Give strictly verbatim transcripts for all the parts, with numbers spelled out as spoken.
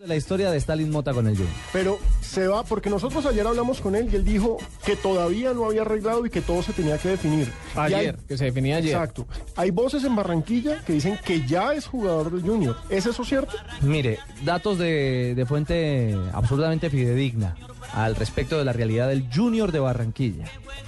La historia de Stalin Mota con el Junior. Pero se va, porque nosotros ayer hablamos con él y él dijo que todavía no había arreglado y que todo se tenía que definir. Ayer, hay, que se definía ayer. Exacto. Hay voces en Barranquilla que dicen que ya es jugador del Junior. ¿Es eso cierto? Mire, datos de, de fuente absolutamente fidedigna al respecto de la realidad del Junior de Barranquilla.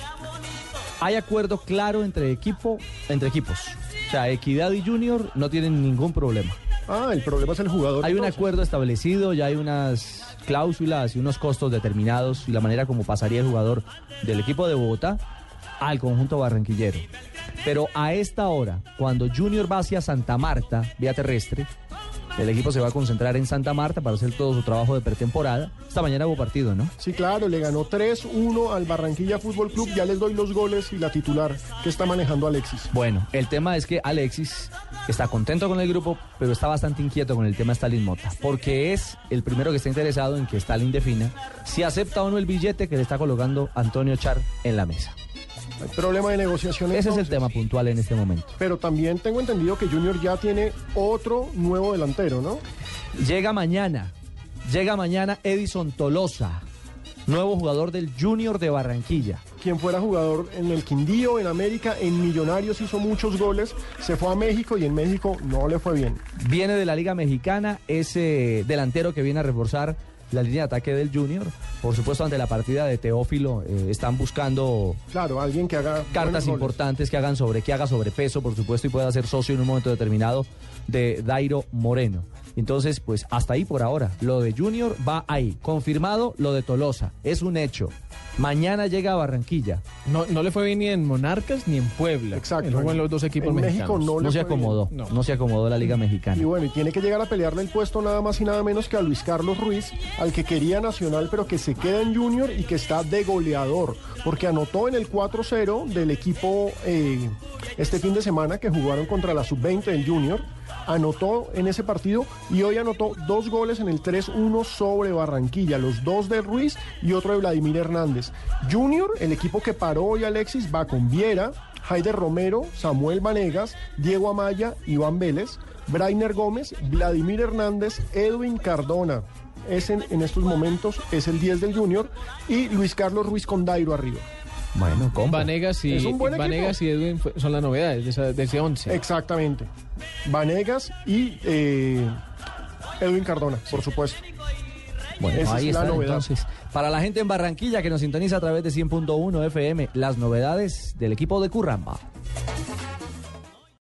Hay acuerdo claro entre equipo, entre equipos. O sea, Equidad y Junior no tienen ningún problema. Ah, el problema es el jugador. Hay entonces. un acuerdo establecido, ya hay unas cláusulas y unos costos determinados y la manera como pasaría el jugador del equipo de Bogotá al conjunto barranquillero. Pero a esta hora, cuando Junior va hacia Santa Marta, vía terrestre, el equipo se va a concentrar en Santa Marta para hacer todo su trabajo de pretemporada. Esta mañana hubo partido, ¿no? Sí, claro, le ganó tres uno al Barranquilla Fútbol Club. Ya les doy los goles y la titular que está manejando Alexis. Bueno, el tema es que Alexis está contento con el grupo, pero está bastante inquieto con el tema Stalin Mota, porque es el primero que está interesado en que Stalin defina si acepta o no el billete que le está colocando Antonio Char en la mesa. Hay problema de negociación. Ese entonces. es el tema puntual en este momento. Pero también tengo entendido que Junior ya tiene otro nuevo delantero, ¿no? Llega mañana, llega mañana Edison Tolosa, nuevo jugador del Junior de Barranquilla. Quien fuera jugador en el Quindío, en América, en Millonarios hizo muchos goles, se fue a México y en México no le fue bien. Viene de la Liga Mexicana, ese delantero que viene a reforzar la línea de ataque del Junior. Por supuesto, ante la partida de Teófilo, eh, están buscando claro, alguien que haga cartas importantes, que hagan sobre, que haga sobrepeso, por supuesto, y pueda ser socio en un momento determinado de Dairo Moreno. Entonces, pues hasta ahí por ahora. Lo de Junior va ahí. Confirmado lo de Tolosa. Es un hecho. Mañana llega a Barranquilla. No, no le fue bien ni en Monarcas ni en Puebla. Exacto. Él jugó en los dos equipos en mexicanos. México no, No le se fue acomodó. bien. No. no se acomodó la Liga Mexicana. Y bueno, y tiene que llegar a pelearle el puesto nada más y nada menos que a Luis Carlos Ruiz, al que quería Nacional, pero que se queda en Junior y que está de goleador, porque anotó en el cuatro cero del equipo eh, este fin de semana que jugaron contra la sub veinte del Junior. Anotó en ese partido y hoy anotó dos goles en el tres uno sobre Barranquilla, los dos de Ruiz y otro de Vladimir Hernández. Junior, el equipo que paró hoy Alexis, va con Viera, Haider Romero, Samuel Vanegas, Diego Amaya, Iván Vélez, Brainer Gómez, Vladimir Hernández, Edwin Cardona. Es en, en estos momentos es el diez del Junior y Luis Carlos Ruiz con Dairo arriba. Bueno, ¿cómo? Vanegas y, Vanegas y Edwin son las novedades de, esa, de ese once. Exactamente. Vanegas y eh, Edwin Cardona, por supuesto. Bueno, esa ahí es la está novedad. entonces. Para la gente en Barranquilla que nos sintoniza a través de cien punto uno F M, las novedades del equipo de Curramba.